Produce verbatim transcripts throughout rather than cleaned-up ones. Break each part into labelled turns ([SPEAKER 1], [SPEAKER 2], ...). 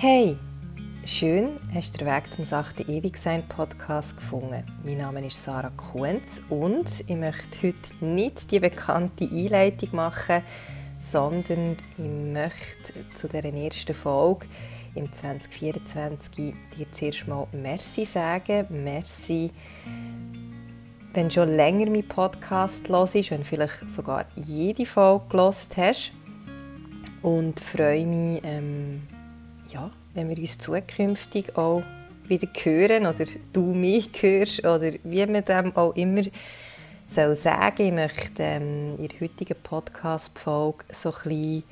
[SPEAKER 1] Hey, schön, hast du den Weg zum Sachte Ewigsein Podcast gefunden. Mein Name ist Sarah Kuhns und ich möchte heute nicht die bekannte Einleitung machen, sondern ich möchte zu dieser ersten Folge im zwanzig vierundzwanzig dir zuerst mal Merci sagen. Merci, wenn du schon länger meinen Podcast hörst, wenn du vielleicht sogar jede Folge gehört hast. Und freue mich, ähm, ja, wenn wir uns zukünftig auch wieder hören oder du mich hörst oder wie man dem auch immer soll sagen. Ich möchte ähm, in der heutigen Podcast-Folge so ein bisschen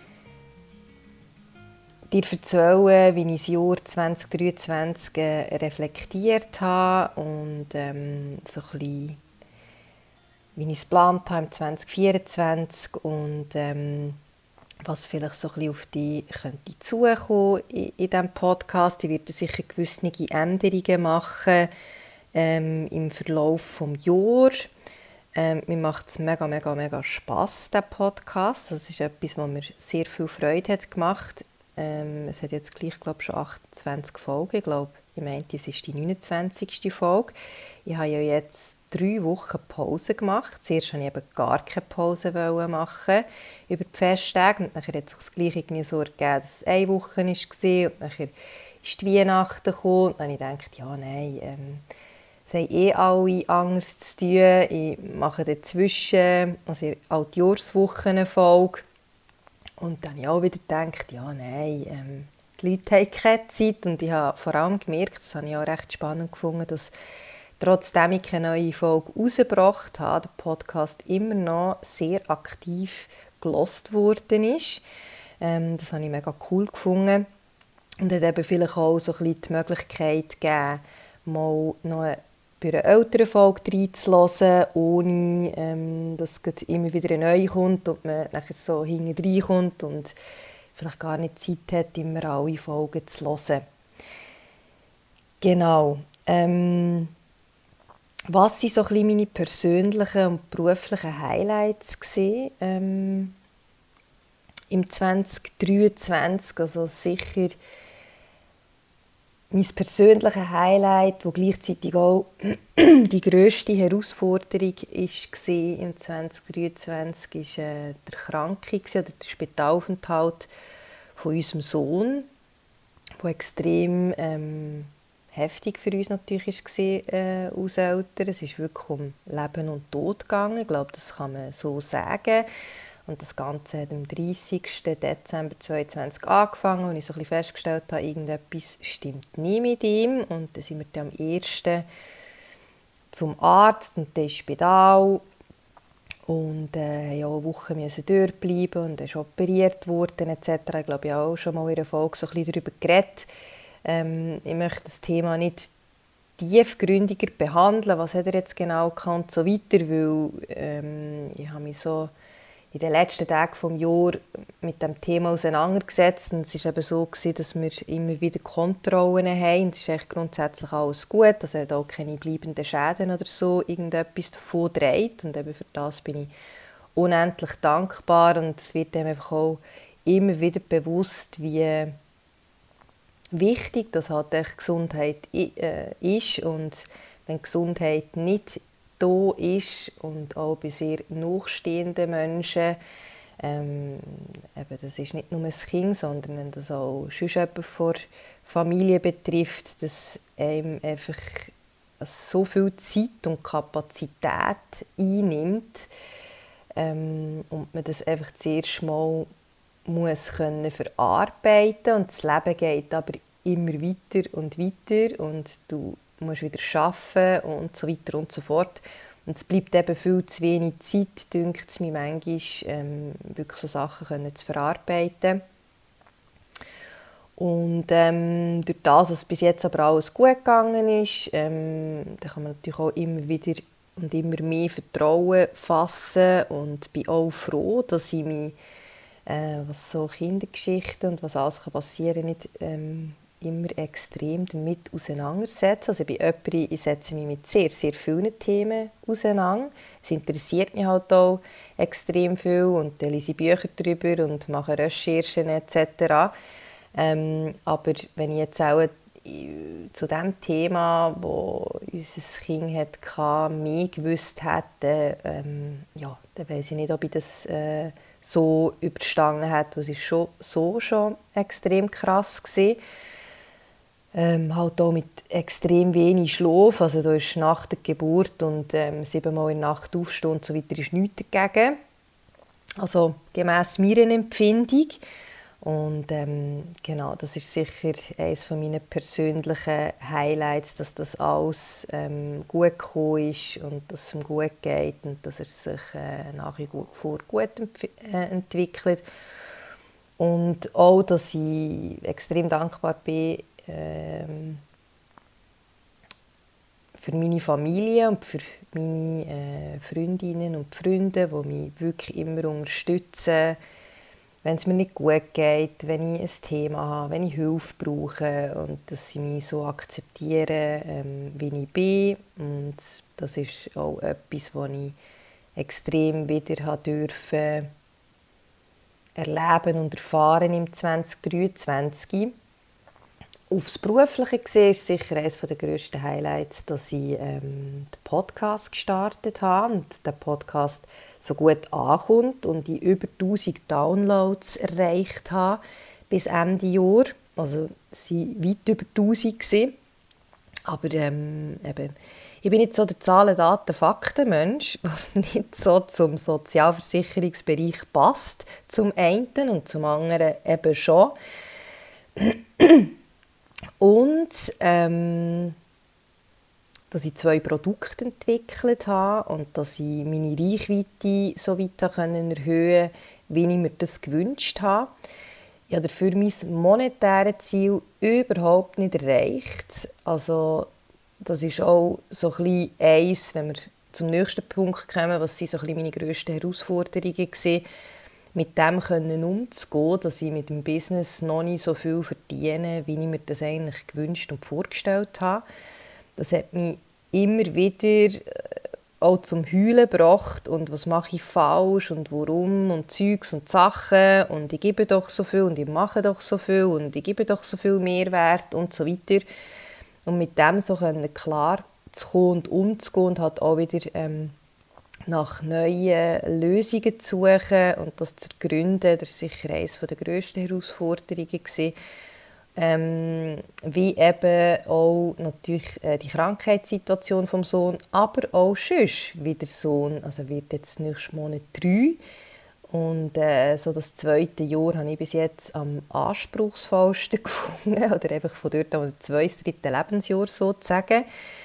[SPEAKER 1] dir erzählen, wie ich das Jahr zwanzig dreiundzwanzig äh, reflektiert habe und ähm, so ein bisschen, wie ich es geplant habe im zwanzig vierundzwanzig und ähm, was vielleicht so ein bisschen auf dich könnte zukommen in, in diesem Podcast. Ich werde sicher gewisse Änderungen machen ähm, im Verlauf des Jahres. Ähm, mir macht es mega, mega, mega Spass, dieser Podcast. Das ist etwas, was mir sehr viel Freude hat gemacht. Ähm, es hat jetzt gleich, glaube ich, schon achtundzwanzig Folgen. Ich glaube, ich meinte, es ist die neunundzwanzigste Folge. Ich habe ja jetzt drei Wochen Pause gemacht. Zuerst wollte ich eben gar keine Pause machen über die Festtage. Und dann hat es sich das gleich irgendwie so ergeben, dass es eine Woche war. Und dann ist die Weihnachten gekommen. Und dann habe ich gedacht, ja, nein, ähm, es haben eh alle anders zu tun. Ich mache dazwischen, also auch die Jahreswochenfolge. Und dann habe ich auch wieder gedacht, ja, nein, ähm, die Leute haben keine Zeit. Und ich habe vor allem gemerkt, das habe ich auch recht spannend gefunden, dass trotzdem ich keine neue Folge herausgebracht habe, der Podcast immer noch sehr aktiv gehört worden ist. Ähm, das habe ich mega cool gefunden. Und hat eben vielleicht auch so ein bisschen die Möglichkeit gegeben, mal noch bei einer älteren Folge reinzuhören, ohne ähm, dass immer wieder eine neue kommt und man nachher so hinten reinkommt und vielleicht gar nicht Zeit hat, immer alle Folgen zu hören. Genau. Ähm, was waren so ein bisschen meine persönlichen und beruflichen Highlights gewesen, ähm, im zwanzig dreiundzwanzig? Also sicher mein persönliches Highlight, das gleichzeitig auch die grösste Herausforderung war im zwanzig dreiundzwanzig, war äh, die Erkrankung oder der Spitalaufenthalt von unserem Sohn, der extrem ähm, heftig für uns natürlich war äh, als Eltern. Es ist wirklich um Leben und Tod gegangen, ich glaube, das kann man so sagen. Und das Ganze hat am dreißigsten Dezember zweitausendzweiundzwanzig angefangen, und ich so ein bisschen festgestellt habe, irgendetwas stimmt nicht mit ihm. Und dann sind wir dann am ersten zum Arzt und dann ins Spital. Und äh, ja, eine Woche müssen durchbleiben und dann ist operiert worden et cetera. Ich glaube, ich habe auch schon mal in einer Folge so ein bisschen darüber geredet. Ähm, ich möchte das Thema nicht tiefgründiger behandeln, was hat er jetzt genau gehabt und so weiter, weil ähm, ich habe mich so in den letzten Tagen des Jahres mit dem Thema auseinandergesetzt. Und es war eben so, dass wir immer wieder Kontrollen haben. Es ist echt grundsätzlich alles gut. Also hat auch keine bleibenden Schäden oder so irgendetwas davon trägt. Und eben für das bin ich unendlich dankbar. Und es wird einem einfach auch immer wieder bewusst, wie wichtig das halt echt Gesundheit ist. Und wenn Gesundheit nicht da ist und auch bei sehr nachstehenden Menschen, ähm, eben, das ist nicht nur ein Kind, sondern wenn das auch sonst jemand von der Familie betrifft, dass einem einfach so viel Zeit und Kapazität einnimmt ähm, und man das einfach zuerst mal muss können verarbeiten, und das Leben geht aber immer weiter und weiter und du musst wieder arbeiten und so weiter und so fort. Und es bleibt eben viel zu wenig Zeit, dünkt es mir manchmal, ähm, wirklich so Sachen können zu verarbeiten. Und ähm, durch das, dass bis jetzt aber alles gut gegangen ist, ähm, da kann man natürlich auch immer wieder und immer mehr Vertrauen fassen und bin auch froh, dass ich mich, äh, was so Kindergeschichten und was alles passieren kann, nicht ähm, immer extrem damit auseinandersetzen. Also ich bin jemand, ich setze mich mit sehr, sehr vielen Themen auseinander. Es interessiert mich halt auch extrem viel und dann lese ich Bücher darüber und mache Recherchen et cetera. Ähm, aber wenn ich jetzt auch zu dem Thema, wo unser Kind hatte, mehr gewusst hätte, ähm, ja, dann weiss ich nicht, ob ich das äh, so überstanden hätte. Es war schon so schon extrem krass gewesen. Ähm, halt auch mit extrem wenig Schlaf. Also da ist nach der Geburt und ähm, siebenmal in der Nacht aufstehen und so weiter ist nichts dagegen. Also gemäss meiner Empfindung. Und ähm, genau, das ist sicher eines meiner persönlichen Highlights, dass das alles ähm, gut gekommen ist und dass es ihm gut geht und dass er sich äh, nach wie vor gut äh, entwickelt. Und auch, dass ich extrem dankbar bin ähm, für meine Familie und für meine äh, Freundinnen und Freunde, die mich wirklich immer unterstützen, wenn es mir nicht gut geht, wenn ich ein Thema habe, wenn ich Hilfe brauche und dass sie mich so akzeptieren, ähm, wie ich bin. Und das ist auch etwas, was ich extrem wieder durfte erleben und erfahren im zwanzig dreiundzwanzig. Aufs Berufliche gesehen ist sicher eines der grössten Highlights, dass ich ähm, den Podcast gestartet habe und der Podcast so gut ankommt und ich über tausend Downloads erreicht habe bis Ende Jahr. Also es waren weit über tausend gewesen. Aber ähm, eben, ich bin nicht so der Zahlen, Daten, Fakten-Mensch, was nicht so zum Sozialversicherungsbereich passt, zum einen und zum anderen eben schon. Und ähm, dass ich zwei Produkte entwickelt habe und dass ich meine Reichweite so weit erhöhen konnte, wie ich mir das gewünscht habe. Ich habe dafür mein monetäres Ziel überhaupt nicht erreicht. Also das ist auch so ein bisschen eins, wenn wir zum nächsten Punkt kommen, was sind so ein bisschen meine grössten Herausforderungen waren, mit dem können umzugehen, dass ich mit dem Business noch nicht so viel verdiene, wie ich mir das eigentlich gewünscht und vorgestellt habe. Das hat mich immer wieder auch zum Heulen gebracht und was mache ich falsch und warum und Zeugs und Sachen und ich gebe doch so viel und ich mache doch so viel und ich gebe doch so viel Mehrwert und so weiter. Und mit dem so können klar zu kommen und umzugehen und halt auch wieder ähm, nach neuen Lösungen zu suchen und das zu gründen, das war sicher eine der grössten Herausforderungen. Ähm, wie eben auch natürlich äh, die Krankheitssituation vom Sohn, aber auch sonst, wie der Sohn, also wird jetzt nächsten Monat drei und äh, so das zweite Jahr habe ich bis jetzt am anspruchsvollsten gefunden, oder einfach von dort an das zweite, dritte Lebensjahr sozusagen.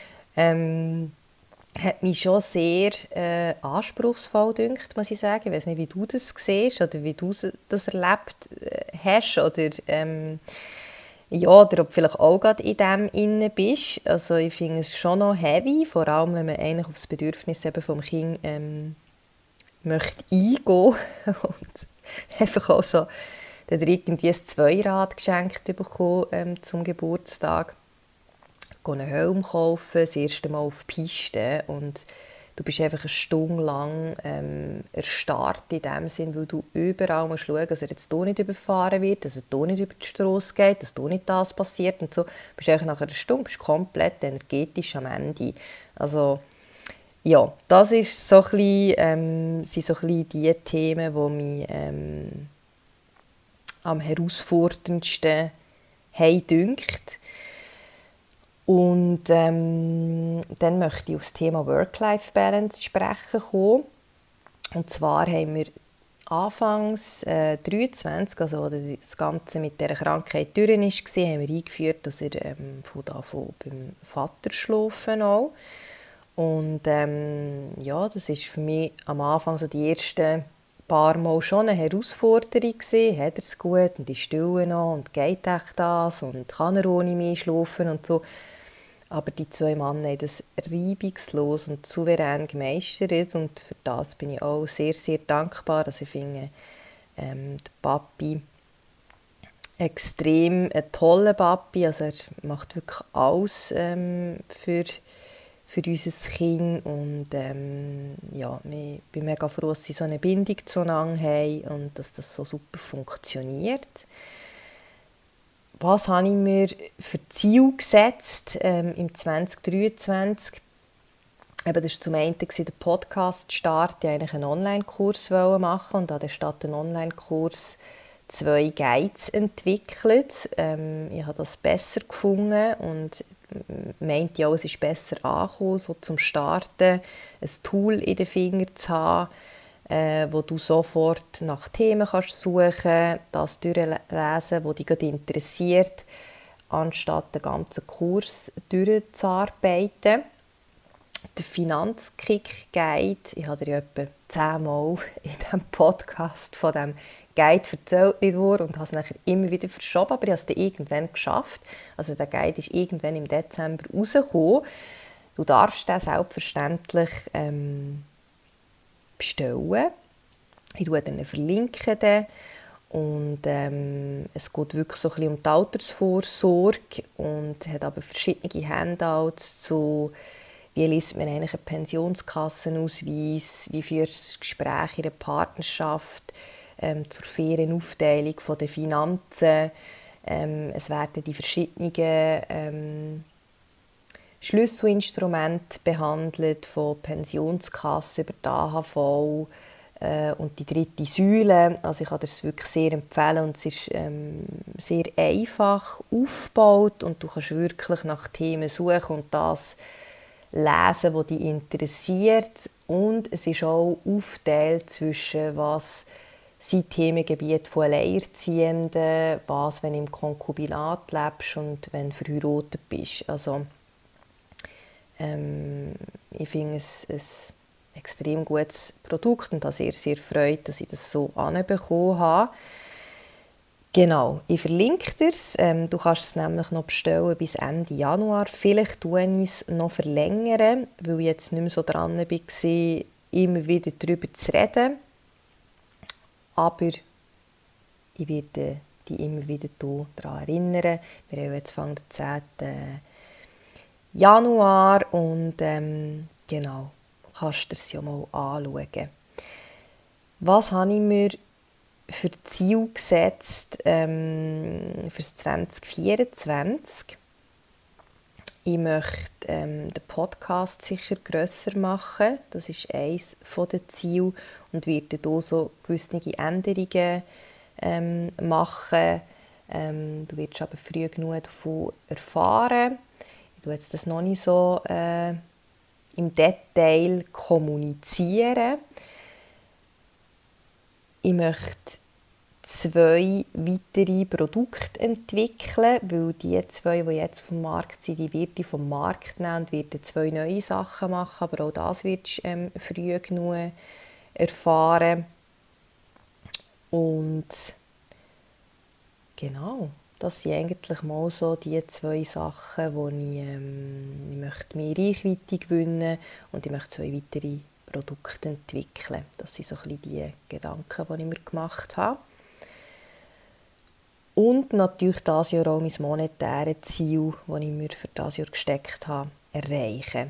[SPEAKER 1] Ähm, hat mich schon sehr äh, anspruchsvoll gedünkt, muss ich sagen. Ich weiß nicht, wie du das siehst oder wie du das erlebt äh, hast oder ähm, ja, oder ob du vielleicht auch gerade in dem inne bist. Also ich finde es schon noch heavy, vor allem wenn man eigentlich auf das Bedürfnis eben vom Kind ähm, möchte eingehen und einfach auch so dann irgendwie ein Zweirad geschenkt bekommen ähm, zum Geburtstag. Einen Helm kaufen, das erste Mal auf die Piste und du bist einfach eine Stunde lang ähm, erstarrt in dem Sinn, weil du überall musst schauen, dass er jetzt hier nicht überfahren wird, dass er hier nicht über die Strasse geht, dass hier nicht das passiert und so. Du bist einfach nach einer Stunde bist komplett energetisch am Ende. Also ja, das ist so ein bisschen, ähm, sind so ein bisschen die Themen, die mich ähm, am herausforderndsten haben dünkt. Und ähm, dann möchte ich auf das Thema Work-Life-Balance sprechen kommen. Und zwar haben wir anfangs äh, dreiundzwanzig, also als das Ganze mit dieser Krankheit durch war, haben wir eingeführt, dass er ähm, von da von beim Vater schlafen auch. Und ähm, ja, das ist für mich am Anfang so die ersten paar Mal schon eine Herausforderung gewesen. Hat er es gut und ist still noch und geht echt das und kann er ohne mich schlafen und so. Aber die zwei Männer haben das reibungslos und souverän gemeistert und für das bin ich auch sehr, sehr dankbar. Also ich finde ähm, der Papi extrem ein toller Papi, also er macht wirklich alles ähm, für, für unser Kind und ähm, ja, ich bin mega froh, dass sie so eine Bindung zueinander haben und dass das so super funktioniert. was habe ich mir für Ziel gesetzt ähm, im zwanzig dreiundzwanzig? Eben, das war zum einen der Podcast-Start. Ich wollte eigentlich einen Online-Kurs machen und anstatt einen Online-Kurs zwei Guides entwickelt. Ähm, ich habe das besser gefunden und meinte auch, es ist besser angekommen, so zum Starten ein Tool in den Fingern zu haben, äh, wo du sofort nach Themen kannst suchen, das durchlesen, was dich gerade interessiert, anstatt den ganzen Kurs durchzuarbeiten. Der Finanzkick-Guide, ich habe dir ja etwa zehnmal in diesem Podcast von diesem Guide erzählt nicht nur und habe es nachher immer wieder verschoben, aber ich habe es dann irgendwann geschafft. Also der Guide ist irgendwann im Dezember rausgekommen. Du darfst den selbstverständlich ähm, bestellen. Ich verlinke den. Und ähm, es geht wirklich so ein bisschen um die Altersvorsorge und hat aber verschiedene Handouts zu, wie liest man eigentlich einen Pensionskassenausweis, wie führst du Gespräche in der Partnerschaft, ähm, zur fairen Aufteilung der Finanzen. Ähm, es werden die verschiedenen ähm, Schlüsselinstrumente behandelt, von Pensionskasse über die A H V äh, und die dritte Säule. Also ich kann das wirklich sehr empfehlen und es ist ähm, sehr einfach aufgebaut und du kannst wirklich nach Themen suchen und das lesen, was dich interessiert. Und es ist auch aufgeteilt zwischen was sind Themengebiete von Alleinerziehenden, was, wenn du im Konkubinat lebst und wenn du verheiratet bist. Also, ähm, ich finde es ein extrem gutes Produkt und habe sehr, sehr Freude, dass ich das so anbekommen habe. Genau, ich verlinke dir es. Ähm, du kannst es nämlich noch bestellen bis Ende Januar. Vielleicht tue ich es noch verlängern, weil ich jetzt nicht mehr so dran war, immer wieder darüber zu reden. Aber ich werde dich immer wieder daran erinnern. Wir haben jetzt Anfang den zehnten Januar und ähm, genau, kannst du es ja mal anschauen. Was habe ich mir für Ziel gesetzt ähm, für zwanzig vierundzwanzig? Ich möchte ähm, den Podcast sicher grösser machen. Das ist eines der Ziele und werde hier so gewisse Änderungen ähm, machen. Ähm, du wirst aber früh genug davon erfahren. Ich werde das noch nicht so äh, im Detail kommunizieren. Ich möchte zwei weitere Produkte entwickeln, weil die zwei, die jetzt auf dem Markt sind, die werde ich vom Markt nehmen und werde zwei neue Sachen machen, aber auch das wirst du ähm, früh genug erfahren. Und genau, das sind eigentlich mal so die zwei Sachen, wo ich, ähm, ich möchte mehr Reichweite gewinnen und ich möchte zwei weitere Produkte entwickeln. Das sind so ein bisschen die Gedanken, die ich mir gemacht habe. Und natürlich dieses Jahr auch mein monetäres Ziel, das ich mir für dieses Jahr gesteckt habe, erreichen.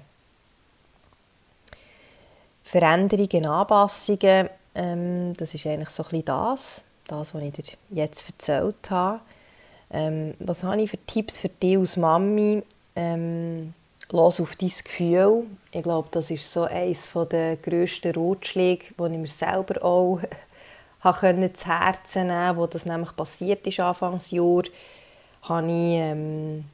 [SPEAKER 1] Veränderungen, Anpassungen, ähm, das ist eigentlich so ein bisschen das, das, was ich dir jetzt erzählt habe. Ähm, was habe ich für Tipps für dich als Mami? Ähm, Lass auf dein Gefühl. Ich glaube, das ist so eines der grössten Ratschläge, die ich mir selber auch habe zu Herzen nehmen, wo das nämlich passiert ist Anfangsjahr, habe ich ähm,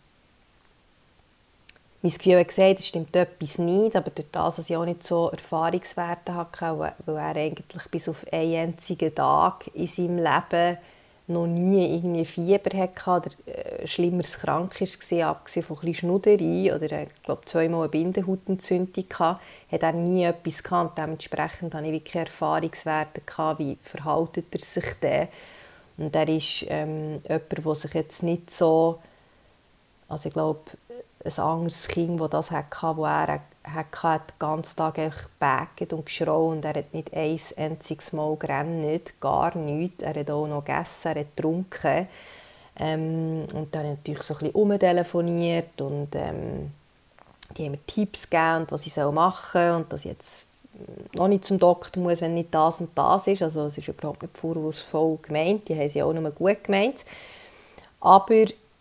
[SPEAKER 1] mein Gefühl gesagt, es stimmt etwas nicht, aber durch das, dass ich auch nicht so Erfahrungswerte hatte, weil er eigentlich bis auf einen einzigen Tag in seinem Leben noch nie irgendwie Fieber hatte oder äh, schlimmeres krank war, abgesehen von ein bisschen Schnudderei oder ich glaube zweimal eine Bindehautentzündung hatte, hat er nie etwas gehabt. Und dementsprechend hatte ich wirklich Erfahrungswerte gehabt, wie verhält er sich denn. Und er ist ähm, jemand, der sich jetzt nicht so, also ich glaube, ein anderes Kind, das das hatte, wo er hat den ganzen Tag gebägt und geschrauen und er hat nicht ein einziges Mal gerannt, gar nichts. Er hat auch noch gegessen, er hat getrunken. Ähm, und dann natürlich so ein bisschen umtelefoniert und ähm, die haben mir Tipps gegeben, was ich machen soll und dass ich jetzt noch nicht zum Doktor muss, wenn nicht das und das ist. Also es ist überhaupt nicht vorwurfsvoll gemeint, die haben sie auch nur gut gemeint. Aber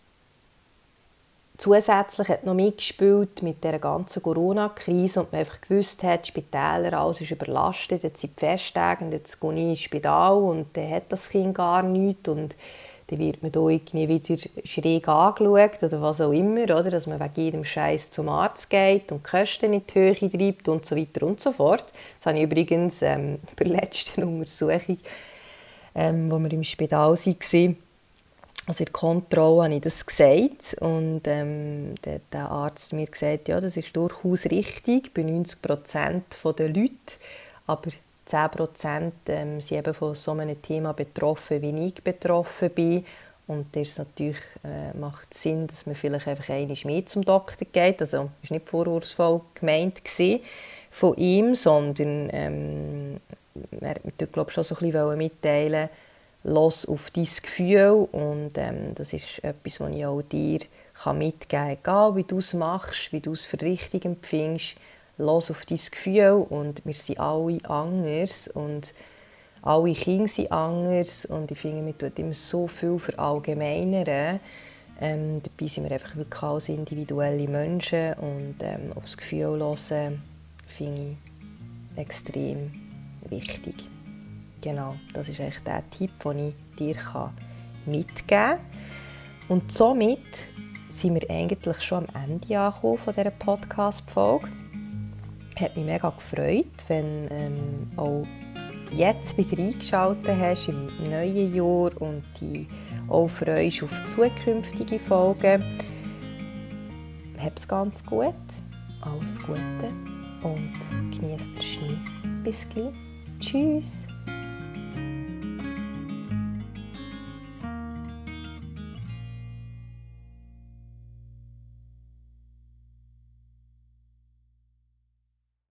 [SPEAKER 1] Zusätzlich hat noch mitgespielt mit der ganzen Corona-Krise und man einfach gewusst hat, die Spitäler, alles ist überlastet, jetzt sind die Festtage und jetzt gehe ich ins Spital und dann hat das Kind gar nichts und dann wird man da irgendwie wieder schräg angeschaut oder was auch immer, oder? Dass man wegen jedem Scheiß zum Arzt geht und die Kosten in die Höhe treibt und so weiter und so fort. Das habe ich übrigens ähm, bei der letzten Untersuchung, ähm, wo wir im Spital waren, also in der Kontrolle habe ich das gesagt und ähm, der, der Arzt hat mir gesagt, ja, das ist durchaus richtig bei neunzig Prozent der Leute, aber zehn Prozent ähm, sind eben von so einem Thema betroffen, wie ich betroffen bin. Und das natürlich, äh, macht Sinn, dass man vielleicht einfach einmal mehr zum Doktor geht. Also das war nicht vorwurfsvoll gemeint von ihm, sondern ähm, er hat mir, glaube ich, schon so ein bisschen mitteilen, los auf dein Gefühl und ähm, das ist etwas, was ich auch dir mitgeben kann, egal wie du es machst, wie du es für richtig empfindest, los auf dein Gefühl und wir sind alle anders und alle Kinder sind anders und ich finde, wir tun immer so viel verallgemeinern. Ähm, dabei sind wir einfach wirklich als individuelle Menschen und ähm, auf das Gefühl hören, finde ich extrem wichtig. Genau, das ist eigentlich der Tipp, den ich dir mitgeben kann. Und somit sind wir eigentlich schon am Ende angekommen von dieser Podcast-Folge. Hat mich mega gefreut, wenn ähm, auch jetzt wieder eingeschaltet hast im neuen Jahr und dich auch freust auf zukünftige Folgen. Hab's ganz gut, alles Gute und genieß den Schnee. Bis gleich. Tschüss.